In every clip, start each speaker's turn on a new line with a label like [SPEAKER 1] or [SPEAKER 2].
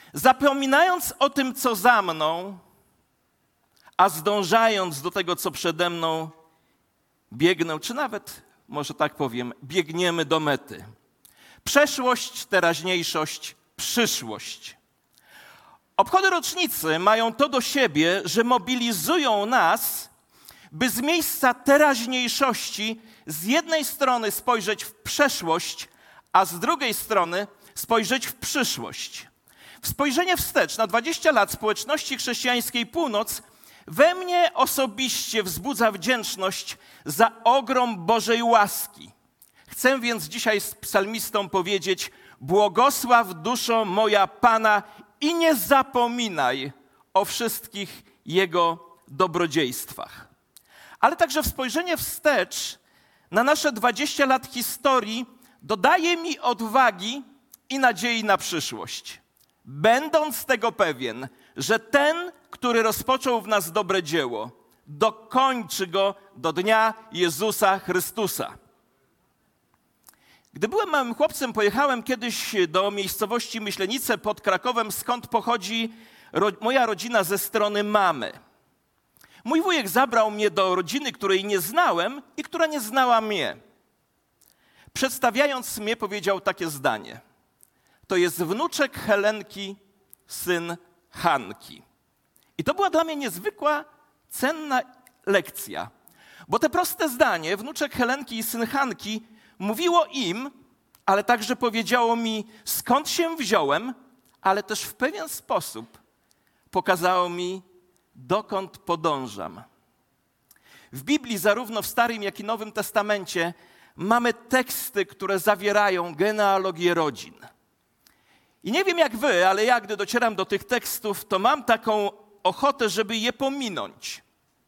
[SPEAKER 1] Zapominając o tym, co za mną, a zdążając do tego, co przede mną, biegnę, czy nawet, może tak powiem, biegniemy do mety. Przeszłość, teraźniejszość, przyszłość. Obchody rocznicy mają to do siebie, że mobilizują nas, by z miejsca teraźniejszości z jednej strony spojrzeć w przeszłość, a z drugiej strony spojrzeć w przyszłość. Spojrzenie wstecz na 20 lat społeczności chrześcijańskiej Północ we mnie osobiście wzbudza wdzięczność za ogrom Bożej łaski. Chcę więc dzisiaj z psalmistą powiedzieć: błogosław duszo moja Pana i nie zapominaj o wszystkich Jego dobrodziejstwach. Ale także spojrzenie wstecz na nasze 20 lat historii dodaje mi odwagi i nadziei na przyszłość. Będąc tego pewien, że ten, który rozpoczął w nas dobre dzieło, dokończy go do dnia Jezusa Chrystusa. Gdy byłem małym chłopcem, pojechałem kiedyś do miejscowości Myślenice pod Krakowem, skąd pochodzi moja rodzina ze strony mamy. Mój wujek zabrał mnie do rodziny, której nie znałem i która nie znała mnie. Przedstawiając mnie, powiedział takie zdanie: to jest wnuczek Helenki, syn Hanki. I to była dla mnie niezwykła, cenna lekcja, bo te proste zdanie, wnuczek Helenki i syn Hanki, mówiło im, ale także powiedziało mi, skąd się wziąłem, ale też w pewien sposób pokazało mi, dokąd podążam. W Biblii, zarówno w Starym, jak i Nowym Testamencie, mamy teksty, które zawierają genealogię rodzin. I nie wiem jak wy, ale ja, gdy docieram do tych tekstów, to mam taką ochotę, żeby je pominąć.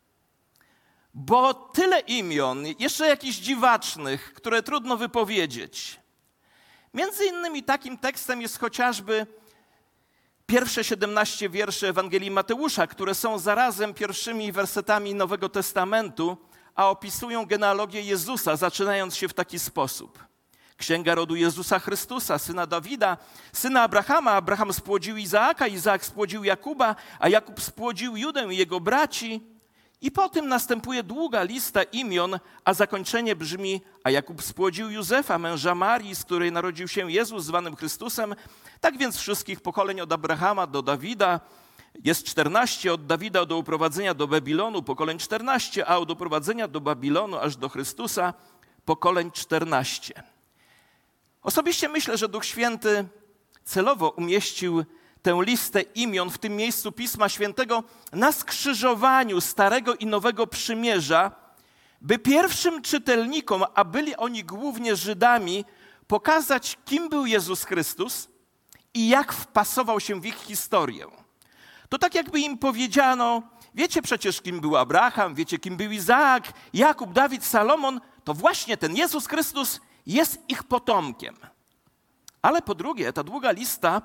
[SPEAKER 1] Bo tyle imion, jeszcze jakichś dziwacznych, które trudno wypowiedzieć. Między innymi takim tekstem jest chociażby pierwsze 17 wierszy Ewangelii Mateusza, które są zarazem pierwszymi wersetami Nowego Testamentu, a opisują genealogię Jezusa, zaczynając się w taki sposób. Księga rodu Jezusa Chrystusa, syna Dawida, syna Abrahama. Abraham spłodził Izaaka, Izaak spłodził Jakuba, a Jakub spłodził Judę i jego braci. I potem następuje długa lista imion, a zakończenie brzmi: a Jakub spłodził Józefa, męża Marii, z której narodził się Jezus, zwanym Chrystusem. Tak więc wszystkich pokoleń od Abrahama do Dawida jest 14, od Dawida do uprowadzenia do Babilonu pokoleń 14, a od uprowadzenia do Babilonu aż do Chrystusa pokoleń 14. Osobiście myślę, że Duch Święty celowo umieścił tę listę imion w tym miejscu Pisma Świętego na skrzyżowaniu Starego i Nowego Przymierza, by pierwszym czytelnikom, a byli oni głównie Żydami, pokazać, kim był Jezus Chrystus i jak wpasował się w ich historię. To tak jakby im powiedziano: wiecie przecież, kim był Abraham, wiecie, kim był Izaak, Jakub, Dawid, Salomon, to właśnie ten Jezus Chrystus jest ich potomkiem. Ale po drugie, ta długa lista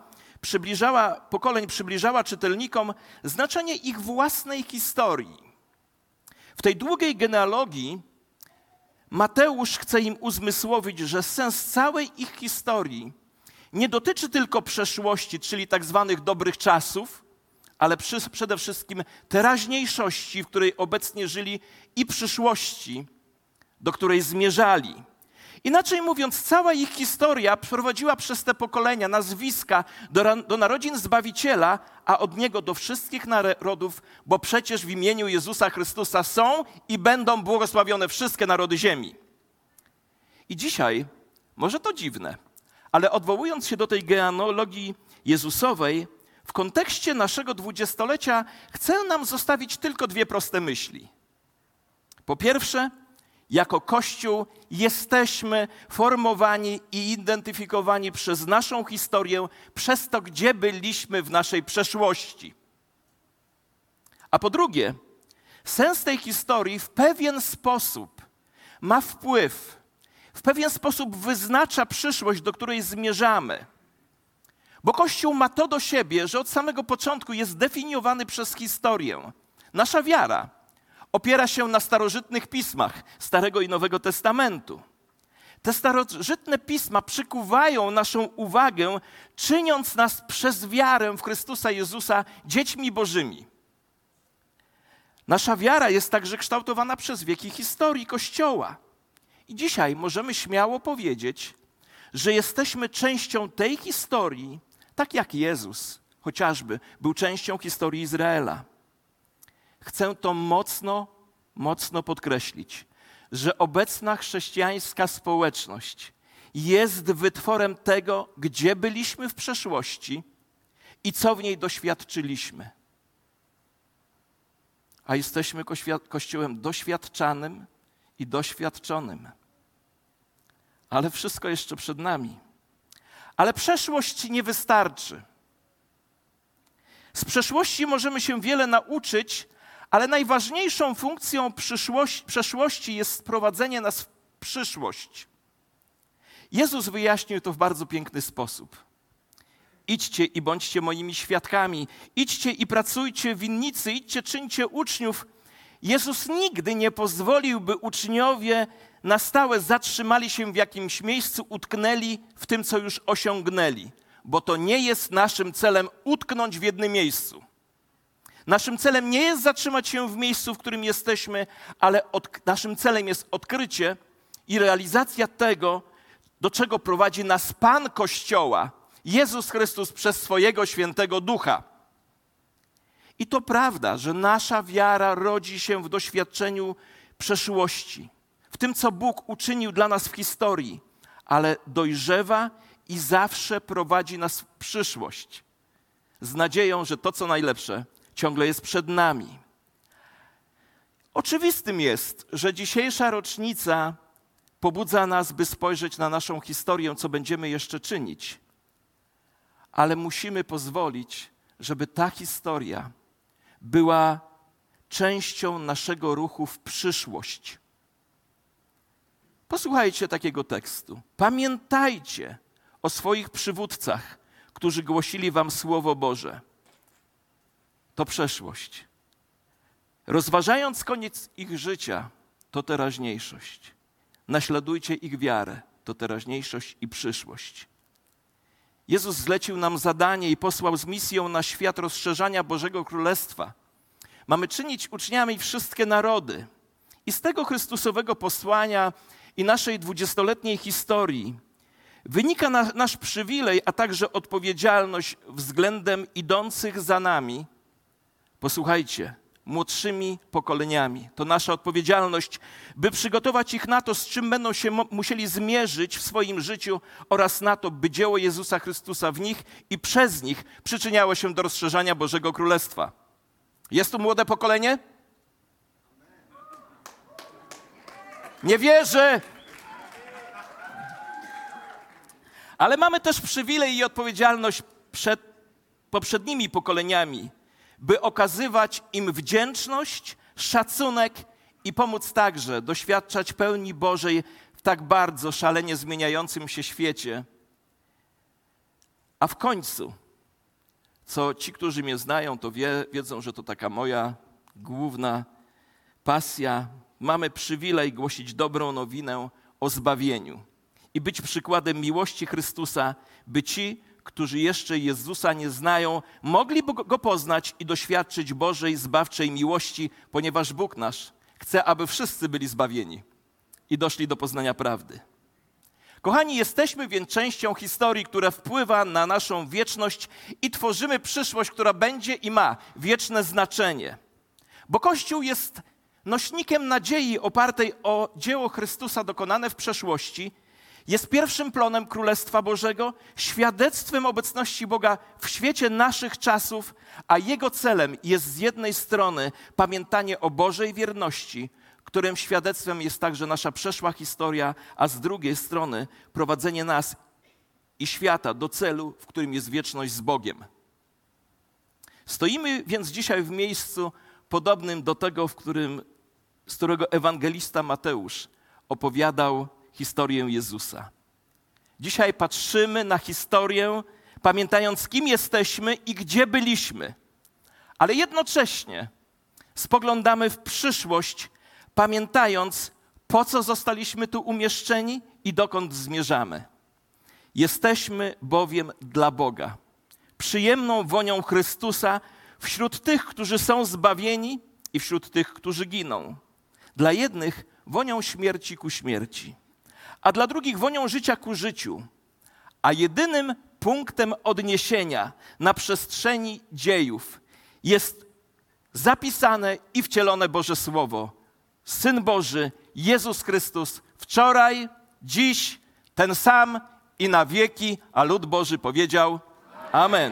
[SPEAKER 1] przybliżała czytelnikom znaczenie ich własnej historii. W tej długiej genealogii Mateusz chce im uzmysłowić, że sens całej ich historii nie dotyczy tylko przeszłości, czyli tak zwanych dobrych czasów, ale przede wszystkim teraźniejszości, w której obecnie żyli, i przyszłości, do której zmierzali. Inaczej mówiąc, cała ich historia prowadziła przez te pokolenia, nazwiska do narodzin Zbawiciela, a od Niego do wszystkich narodów, bo przecież w imieniu Jezusa Chrystusa są i będą błogosławione wszystkie narody ziemi. I dzisiaj, może to dziwne, ale odwołując się do tej genealogii Jezusowej, w kontekście naszego dwudziestolecia chcę nam zostawić tylko dwie proste myśli. Po pierwsze, jako Kościół jesteśmy formowani i identyfikowani przez naszą historię, przez to, gdzie byliśmy w naszej przeszłości. A po drugie, sens tej historii w pewien sposób ma wpływ, w pewien sposób wyznacza przyszłość, do której zmierzamy. Bo Kościół ma to do siebie, że od samego początku jest definiowany przez historię. Nasza wiara opiera się na starożytnych pismach Starego i Nowego Testamentu. Te starożytne pisma przykuwają naszą uwagę, czyniąc nas przez wiarę w Chrystusa Jezusa dziećmi Bożymi. Nasza wiara jest także kształtowana przez wieki historii Kościoła. I dzisiaj możemy śmiało powiedzieć, że jesteśmy częścią tej historii, tak jak Jezus chociażby był częścią historii Izraela. Chcę to mocno podkreślić, że obecna chrześcijańska społeczność jest wytworem tego, gdzie byliśmy w przeszłości i co w niej doświadczyliśmy. A jesteśmy Kościołem doświadczanym i doświadczonym. Ale wszystko jeszcze przed nami. Ale przeszłość nie wystarczy. Z przeszłości możemy się wiele nauczyć, ale najważniejszą funkcją przeszłości jest sprowadzenie nas w przyszłość. Jezus wyjaśnił to w bardzo piękny sposób. Idźcie i bądźcie moimi świadkami. Idźcie i pracujcie w winnicy. Idźcie, czyńcie uczniów. Jezus nigdy nie pozwolił, by uczniowie na stałe zatrzymali się w jakimś miejscu, utknęli w tym, co już osiągnęli. Bo to nie jest naszym celem utknąć w jednym miejscu. Naszym celem nie jest zatrzymać się w miejscu, w którym jesteśmy, ale naszym celem jest odkrycie i realizacja tego, do czego prowadzi nas Pan Kościoła, Jezus Chrystus przez swojego Świętego Ducha. I to prawda, że nasza wiara rodzi się w doświadczeniu przeszłości, w tym, co Bóg uczynił dla nas w historii, ale dojrzewa i zawsze prowadzi nas w przyszłość, z nadzieją, że to, co najlepsze, ciągle jest przed nami. Oczywistym jest, że dzisiejsza rocznica pobudza nas, by spojrzeć na naszą historię, co będziemy jeszcze czynić. Ale musimy pozwolić, żeby ta historia była częścią naszego ruchu w przyszłość. Posłuchajcie takiego tekstu. Pamiętajcie o swoich przywódcach, którzy głosili wam Słowo Boże. To przeszłość. Rozważając koniec ich życia, to teraźniejszość. Naśladujcie ich wiarę, to teraźniejszość i przyszłość. Jezus zlecił nam zadanie i posłał z misją na świat rozszerzania Bożego Królestwa. Mamy czynić uczniami wszystkie narody. I z tego Chrystusowego posłania i naszej 20-letniej historii wynika nasz przywilej, a także odpowiedzialność względem idących za nami. Posłuchajcie, młodszymi pokoleniami. To nasza odpowiedzialność, by przygotować ich na to, z czym będą się musieli zmierzyć w swoim życiu oraz na to, by dzieło Jezusa Chrystusa w nich i przez nich przyczyniało się do rozszerzania Bożego Królestwa. Jest tu młode pokolenie? Nie wierzę! Ale mamy też przywilej i odpowiedzialność przed poprzednimi pokoleniami, by okazywać im wdzięczność, szacunek i pomóc także doświadczać pełni Bożej w tak bardzo szalenie zmieniającym się świecie. A w końcu, co ci, którzy mnie znają, to wiedzą, że to taka moja główna pasja. Mamy przywilej głosić dobrą nowinę o zbawieniu i być przykładem miłości Chrystusa, by ci, którzy jeszcze Jezusa nie znają, mogli Go poznać i doświadczyć Bożej zbawczej miłości, ponieważ Bóg nasz chce, aby wszyscy byli zbawieni i doszli do poznania prawdy. Kochani, jesteśmy więc częścią historii, która wpływa na naszą wieczność i tworzymy przyszłość, która będzie i ma wieczne znaczenie. Bo Kościół jest nośnikiem nadziei opartej o dzieło Chrystusa dokonane w przeszłości, jest pierwszym plonem Królestwa Bożego, świadectwem obecności Boga w świecie naszych czasów, a Jego celem jest z jednej strony pamiętanie o Bożej wierności, którym świadectwem jest także nasza przeszła historia, a z drugiej strony prowadzenie nas i świata do celu, w którym jest wieczność z Bogiem. Stoimy więc dzisiaj w miejscu podobnym do tego, z którego ewangelista Mateusz opowiadał historię Jezusa. Dzisiaj patrzymy na historię, pamiętając, kim jesteśmy i gdzie byliśmy, ale jednocześnie spoglądamy w przyszłość, pamiętając, po co zostaliśmy tu umieszczeni i dokąd zmierzamy. Jesteśmy bowiem dla Boga przyjemną wonią Chrystusa wśród tych, którzy są zbawieni i wśród tych, którzy giną. Dla jednych wonią śmierci ku śmierci, a dla drugich wonią życia ku życiu. A jedynym punktem odniesienia na przestrzeni dziejów jest zapisane i wcielone Boże Słowo. Syn Boży, Jezus Chrystus, wczoraj, dziś, ten sam i na wieki, a lud Boży powiedział Amen.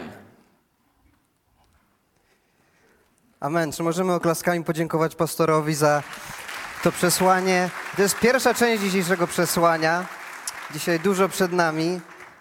[SPEAKER 2] Amen. Czy możemy oklaskami podziękować pastorowi za to przesłanie? To jest pierwsza część dzisiejszego przesłania. Dzisiaj dużo przed nami.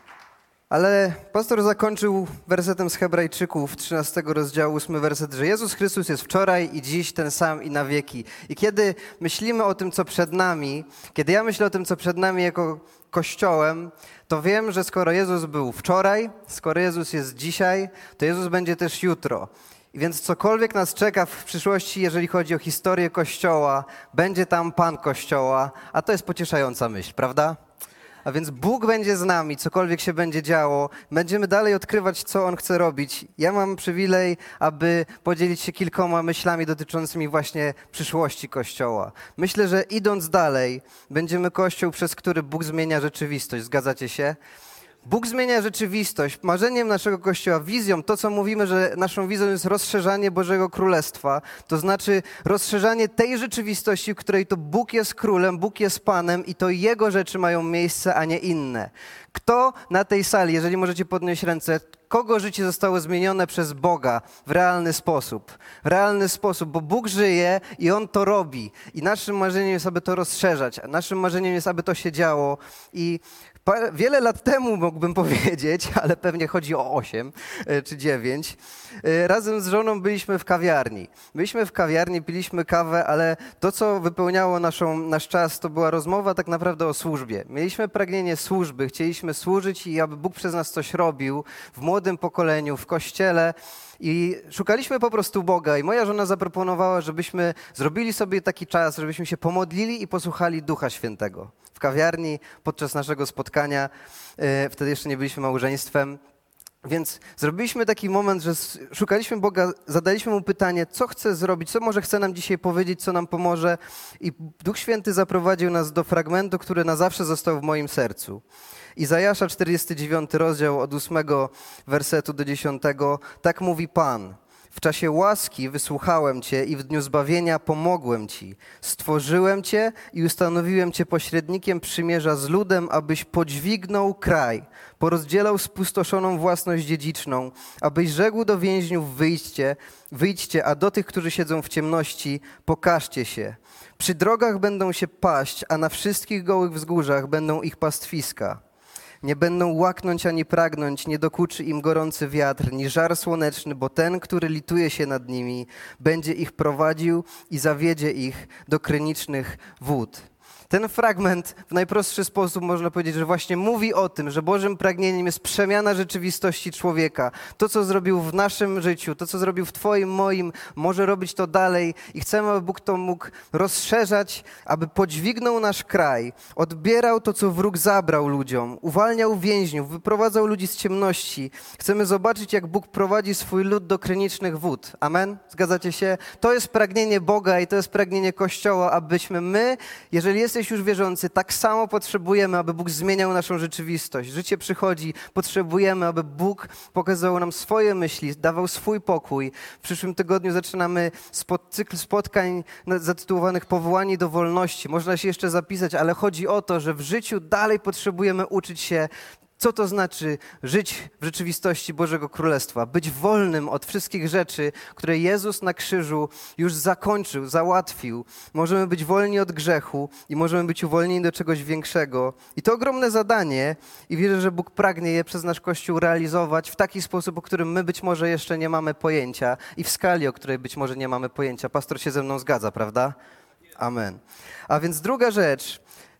[SPEAKER 2] Ale pastor zakończył wersetem z Hebrajczyków, 13 rozdziału, 8 werset, że Jezus Chrystus jest wczoraj i dziś ten sam i na wieki. I kiedy myślimy o tym, co przed nami, kiedy ja myślę o tym, co przed nami jako Kościołem, to wiem, że skoro Jezus był wczoraj, skoro Jezus jest dzisiaj, to Jezus będzie też jutro. I więc cokolwiek nas czeka w przyszłości, jeżeli chodzi o historię Kościoła, będzie tam Pan Kościoła, a to jest pocieszająca myśl, prawda? A więc Bóg będzie z nami, cokolwiek się będzie działo. Będziemy dalej odkrywać, co On chce robić. Ja mam przywilej, aby podzielić się kilkoma myślami dotyczącymi właśnie przyszłości Kościoła. Myślę, że idąc dalej, będziemy Kościół, przez który Bóg zmienia rzeczywistość. Zgadzacie się? Bóg zmienia rzeczywistość. Marzeniem naszego Kościoła, wizją, to co mówimy, że naszą wizją jest rozszerzanie Bożego Królestwa, to znaczy rozszerzanie tej rzeczywistości, w której to Bóg jest królem, Bóg jest Panem i to Jego rzeczy mają miejsce, a nie inne. Kto na tej sali, jeżeli możecie podnieść ręce, kogo życie zostało zmienione przez Boga w realny sposób? W realny sposób, bo Bóg żyje i On to robi. I naszym marzeniem jest, aby to rozszerzać. Naszym marzeniem jest, aby to się działo. I wiele lat temu mógłbym powiedzieć, ale pewnie chodzi o 8 czy 9. Razem z żoną byliśmy w kawiarni. Byliśmy w kawiarni, piliśmy kawę, ale to, co wypełniało nasz czas, to była rozmowa tak naprawdę o służbie. Mieliśmy pragnienie służby, chcieliśmy służyć i aby Bóg przez nas coś robił w młodym pokoleniu, w Kościele. I szukaliśmy po prostu Boga i moja żona zaproponowała, żebyśmy zrobili sobie taki czas, żebyśmy się pomodlili i posłuchali Ducha Świętego. W kawiarni podczas naszego spotkania, wtedy jeszcze nie byliśmy małżeństwem, więc zrobiliśmy taki moment, że szukaliśmy Boga, zadaliśmy Mu pytanie, co chce zrobić, co może chce nam dzisiaj powiedzieć, co nam pomoże i Duch Święty zaprowadził nas do fragmentu, który na zawsze został w moim sercu. Izajasza 49 rozdział od 8 wersetu do 10. Tak mówi Pan. W czasie łaski wysłuchałem Cię i w dniu zbawienia pomogłem Ci. Stworzyłem Cię i ustanowiłem Cię pośrednikiem przymierza z ludem, abyś podźwignął kraj, porozdzielał spustoszoną własność dziedziczną, abyś rzekł do więźniów wyjdźcie, a do tych, którzy siedzą w ciemności, pokażcie się. Przy drogach będą się paść, a na wszystkich gołych wzgórzach będą ich pastwiska. Nie będą łaknąć ani pragnąć, nie dokuczy im gorący wiatr, ni żar słoneczny, bo ten, który lituje się nad nimi, będzie ich prowadził i zawiedzie ich do krynicznych wód. Ten fragment w najprostszy sposób można powiedzieć, że właśnie mówi o tym, że Bożym pragnieniem jest przemiana rzeczywistości człowieka. To, co zrobił w naszym życiu, to, co zrobił w Twoim, moim, może robić to dalej i chcemy, aby Bóg to mógł rozszerzać, aby podźwignął nasz kraj, odbierał to, co wróg zabrał ludziom, uwalniał więźniów, wyprowadzał ludzi z ciemności. Chcemy zobaczyć, jak Bóg prowadzi swój lud do krynicznych wód. Amen? Zgadzacie się? To jest pragnienie Boga i to jest pragnienie Kościoła, abyśmy my, jeżeli jesteś już wierzący, tak samo potrzebujemy, aby Bóg zmieniał naszą rzeczywistość. Życie przychodzi, potrzebujemy, aby Bóg pokazał nam swoje myśli, dawał swój pokój. W przyszłym tygodniu zaczynamy cykl spotkań zatytułowanych Powołani do wolności. Można się jeszcze zapisać, ale chodzi o to, że w życiu dalej potrzebujemy uczyć się, co to znaczy żyć w rzeczywistości Bożego Królestwa, być wolnym od wszystkich rzeczy, które Jezus na krzyżu już zakończył, załatwił. Możemy być wolni od grzechu i możemy być uwolnieni do czegoś większego. I to ogromne zadanie i wierzę, że Bóg pragnie je przez nasz Kościół realizować w taki sposób, o którym my być może jeszcze nie mamy pojęcia i w skali, o której być może nie mamy pojęcia. Pastor się ze mną zgadza, prawda? Amen. A więc druga rzecz.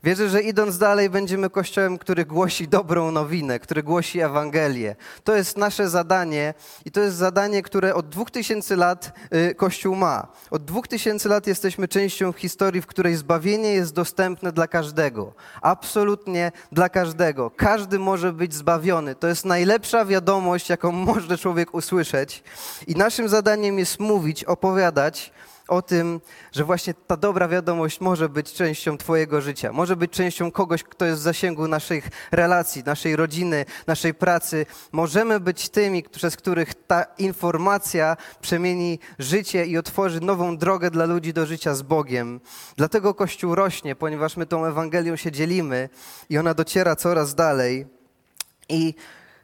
[SPEAKER 2] Wierzę, że idąc dalej będziemy Kościołem, który głosi dobrą nowinę, który głosi Ewangelię. To jest nasze zadanie i to jest zadanie, które od 2000 lat Kościół ma. Od 2000 lat jesteśmy częścią historii, w której zbawienie jest dostępne dla każdego. Absolutnie dla każdego. Każdy może być zbawiony. To jest najlepsza wiadomość, jaką może człowiek usłyszeć. I naszym zadaniem jest mówić, opowiadać o tym, że właśnie ta dobra wiadomość może być częścią twojego życia. Może być częścią kogoś, kto jest w zasięgu naszych relacji, naszej rodziny, naszej pracy. Możemy być tymi, przez których ta informacja przemieni życie i otworzy nową drogę dla ludzi do życia z Bogiem. Dlatego Kościół rośnie, ponieważ my tą Ewangelią się dzielimy i ona dociera coraz dalej. I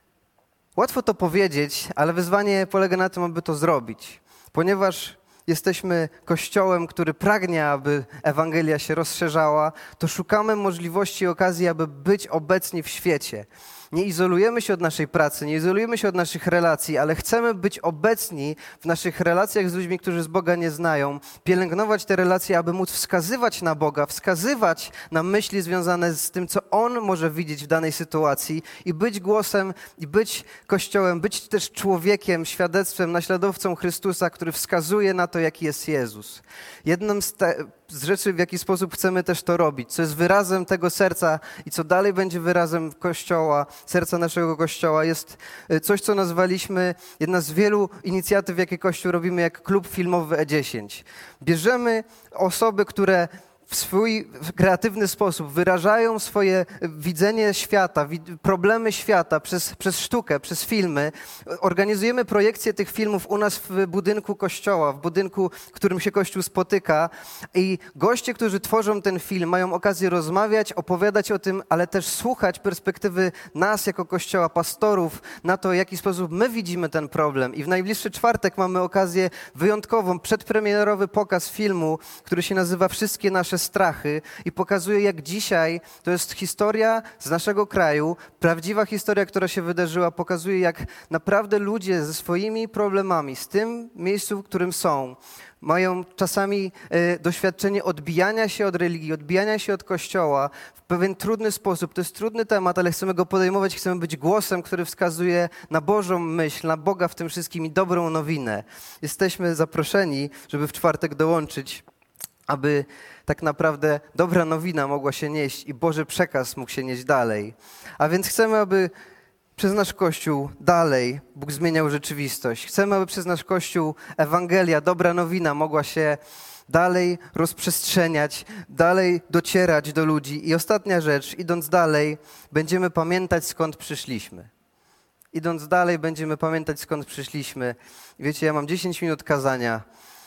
[SPEAKER 2] łatwo to powiedzieć, ale wyzwanie polega na tym, aby to zrobić. Ponieważ jesteśmy Kościołem, który pragnie, aby Ewangelia się rozszerzała, to szukamy możliwości i okazji, aby być obecni w świecie. Nie izolujemy się od naszej pracy, nie izolujemy się od naszych relacji, ale chcemy być obecni w naszych relacjach z ludźmi, którzy z Boga nie znają, pielęgnować te relacje, aby móc wskazywać na Boga, wskazywać na myśli związane z tym, co On może widzieć w danej sytuacji i być głosem, i być Kościołem, być też człowiekiem, świadectwem, naśladowcą Chrystusa, który wskazuje na to, jaki jest Jezus. Jedną z rzeczy, w jaki sposób chcemy też to robić, co jest wyrazem tego serca i co dalej będzie wyrazem Kościoła, serca naszego Kościoła, jest coś, co nazwaliśmy, jedna z wielu inicjatyw, jakie Kościół robimy, jak klub filmowy E10. Bierzemy osoby, które w swój kreatywny sposób wyrażają swoje widzenie świata, problemy świata przez sztukę, przez filmy. Organizujemy projekcje tych filmów u nas w budynku Kościoła, w budynku, w którym się Kościół spotyka i goście, którzy tworzą ten film, mają okazję rozmawiać, opowiadać o tym, ale też słuchać perspektywy nas jako Kościoła, pastorów, na to, w jaki sposób my widzimy ten problem. I w najbliższy czwartek mamy okazję wyjątkową, przedpremierowy pokaz filmu, który się nazywa Wszystkie nasze strachy i pokazuje, jak dzisiaj to jest historia z naszego kraju, prawdziwa historia, która się wydarzyła, pokazuje, jak naprawdę ludzie ze swoimi problemami, z tym miejscu, w którym są, mają czasami doświadczenie odbijania się od religii, odbijania się od Kościoła w pewien trudny sposób. To jest trudny temat, ale chcemy go podejmować, chcemy być głosem, który wskazuje na Bożą myśl, na Boga w tym wszystkim i dobrą nowinę. Jesteśmy zaproszeni, żeby w czwartek dołączyć, aby tak naprawdę dobra nowina mogła się nieść i Boży przekaz mógł się nieść dalej. A więc chcemy, aby przez nasz Kościół dalej Bóg zmieniał rzeczywistość. Chcemy, aby przez nasz Kościół Ewangelia, dobra nowina mogła się dalej rozprzestrzeniać, dalej docierać do ludzi. I ostatnia rzecz, idąc dalej, będziemy pamiętać, skąd przyszliśmy. Idąc dalej, będziemy pamiętać, skąd przyszliśmy. Wiecie, ja mam 10 minut kazania,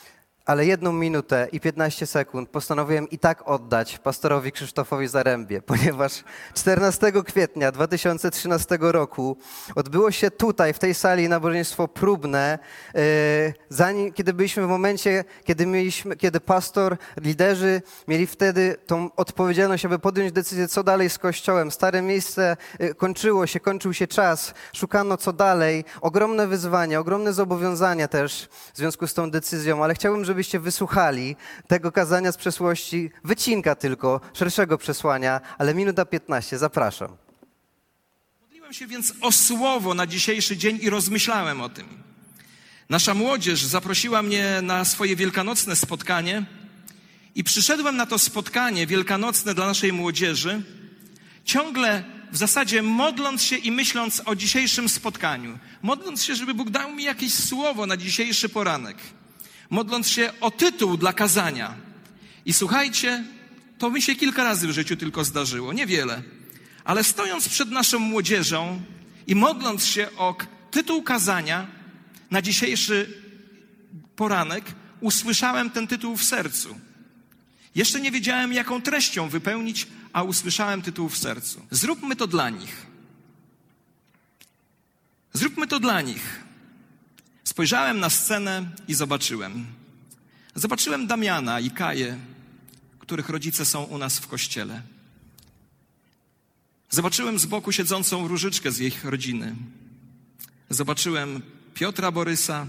[SPEAKER 2] ale 1 minutę i 15 sekund postanowiłem i tak oddać pastorowi Krzysztofowi Zarębie, ponieważ 14 kwietnia 2013 roku odbyło się tutaj, w tej sali, nabożeństwo próbne, kiedy byliśmy w momencie, kiedy pastor, liderzy mieli wtedy tą odpowiedzialność, aby podjąć decyzję, co dalej z Kościołem. Stare miejsce kończył się czas, szukano co dalej, ogromne wyzwania, ogromne zobowiązania też w związku z tą decyzją, ale chciałbym, żebyście wysłuchali tego kazania z przeszłości, wycinka tylko, szerszego przesłania, ale minuta 15, zapraszam.
[SPEAKER 1] Modliłem się więc o słowo na dzisiejszy dzień i rozmyślałem o tym. Nasza młodzież zaprosiła mnie na swoje wielkanocne spotkanie i przyszedłem na to spotkanie wielkanocne dla naszej młodzieży, ciągle w zasadzie modląc się i myśląc o dzisiejszym spotkaniu, modląc się, żeby Bóg dał mi jakieś słowo na dzisiejszy poranek, modląc się o tytuł dla kazania. I słuchajcie, to mi się kilka razy w życiu tylko zdarzyło, niewiele, ale stojąc przed naszą młodzieżą i modląc się o tytuł kazania na dzisiejszy poranek, usłyszałem ten tytuł w sercu. Jeszcze nie wiedziałem, jaką treścią wypełnić, a usłyszałem tytuł w sercu. Zróbmy to dla nich. Zróbmy to dla nich. Spojrzałem na scenę i zobaczyłem Damiana i Kaję, których rodzice są u nas w kościele. Zobaczyłem z boku siedzącą Różyczkę z ich rodziny. Zobaczyłem Piotra Borysa,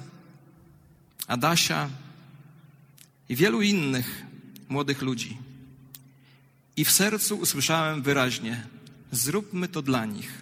[SPEAKER 1] Adasia i wielu innych młodych ludzi.
[SPEAKER 3] I w sercu usłyszałem wyraźnie: zróbmy to dla nich.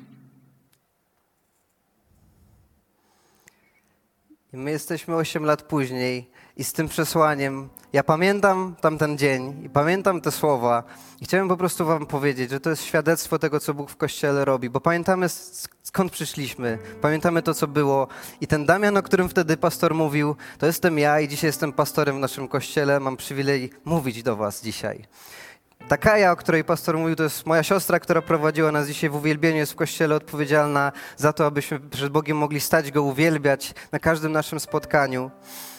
[SPEAKER 2] I my jesteśmy 8 lat później i z tym przesłaniem, ja pamiętam tamten dzień i pamiętam te słowa i chciałem po prostu wam powiedzieć, że to jest świadectwo tego, co Bóg w Kościele robi, bo pamiętamy skąd przyszliśmy, pamiętamy to, co było i ten Damian, o którym wtedy pastor mówił, to jestem ja i dzisiaj jestem pastorem w naszym Kościele, mam przywilej mówić do was dzisiaj. Ta Kaja, o której pastor mówił, to jest moja siostra, która prowadziła nas dzisiaj w uwielbieniu, jest w Kościele odpowiedzialna za to, abyśmy przed Bogiem mogli stać Go, uwielbiać na każdym naszym spotkaniu.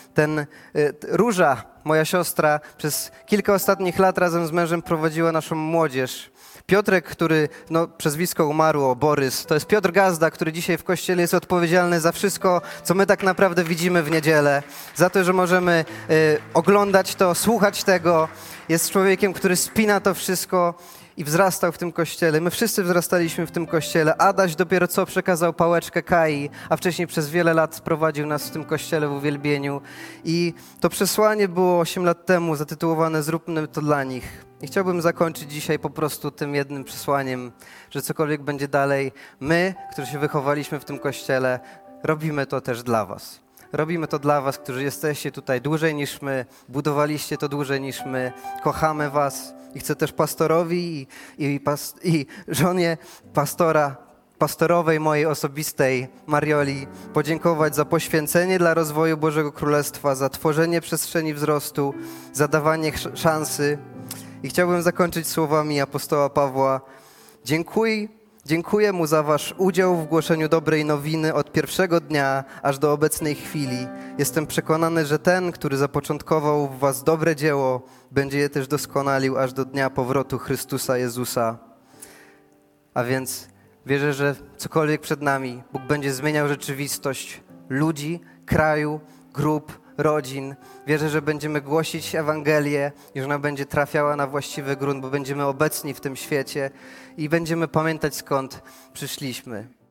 [SPEAKER 2] Róża, moja siostra, przez kilka ostatnich lat razem z mężem prowadziła naszą młodzież. Piotrek, który, przezwisko umarło, Borys, to jest Piotr Gazda, który dzisiaj w Kościele jest odpowiedzialny za wszystko, co my tak naprawdę widzimy w niedzielę. Za to, że możemy oglądać to, słuchać tego. Jest człowiekiem, który spina to wszystko i wzrastał w tym Kościele. My wszyscy wzrastaliśmy w tym Kościele. Adaś dopiero co przekazał pałeczkę Kai, a wcześniej przez wiele lat prowadził nas w tym Kościele w uwielbieniu. I to przesłanie było 8 lat temu zatytułowane Zróbmy to dla nich. I chciałbym zakończyć dzisiaj po prostu tym jednym przesłaniem, że cokolwiek będzie dalej, my, którzy się wychowaliśmy w tym Kościele, robimy to też dla was. Robimy to dla was, którzy jesteście tutaj dłużej niż my, budowaliście to dłużej niż my, kochamy was. I chcę też pastorowi i żonie pastorowej mojej osobistej, Marioli, podziękować za poświęcenie dla rozwoju Bożego Królestwa, za tworzenie przestrzeni wzrostu, za dawanie szansy. I chciałbym zakończyć słowami apostoła Pawła. Dziękuję mu za wasz udział w głoszeniu dobrej nowiny od pierwszego dnia aż do obecnej chwili. Jestem przekonany, że ten, który zapoczątkował w was dobre dzieło, będzie je też doskonalił aż do dnia powrotu Chrystusa Jezusa. A więc wierzę, że cokolwiek przed nami, Bóg będzie zmieniał rzeczywistość ludzi, kraju, grup, rodzin. Wierzę, że będziemy głosić Ewangelię i że ona będzie trafiała na właściwy grunt, bo będziemy obecni w tym świecie i będziemy pamiętać, skąd przyszliśmy.